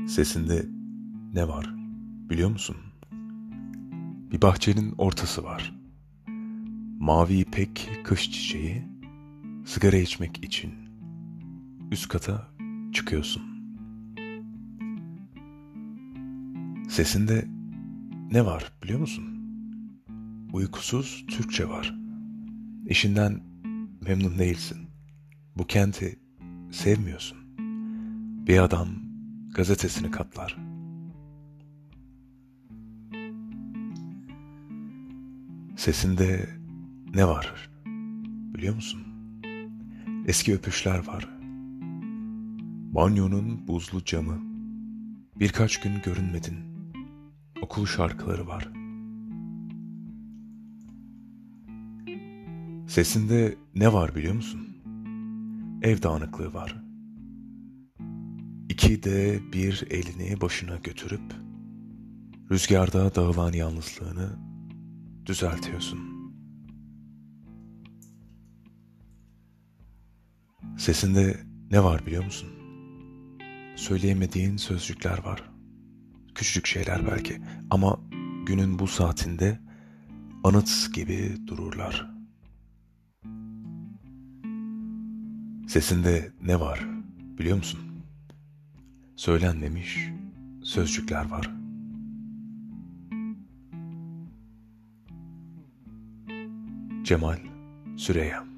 Sesinde ne var biliyor musun? Bir bahçenin ortası var. Mavi ipek kış çiçeği, sigara içmek için üst kata çıkıyorsun. Sesinde ne var biliyor musun? Uykusuz Türkçe var. İşinden memnun değilsin. Bu kenti sevmiyorsun. Bir adam gazetesini katlar. Sesinde ne var biliyor musun? Eski öpüşler var. Banyonun buzlu camı. Birkaç gün görünmedin. Okul şarkıları var. Sesinde ne var biliyor musun? Ev dağınıklığı var. İki de bir elini başına götürüp rüzgarda dağılan yalnızlığını düzeltiyorsun. Sesinde ne var biliyor musun? Söyleyemediğin sözcükler var. Küçücük şeyler belki ama günün bu saatinde anıt gibi dururlar. Sesinde ne var biliyor musun? Söylenmemiş sözcükler var. Cemal Süreya.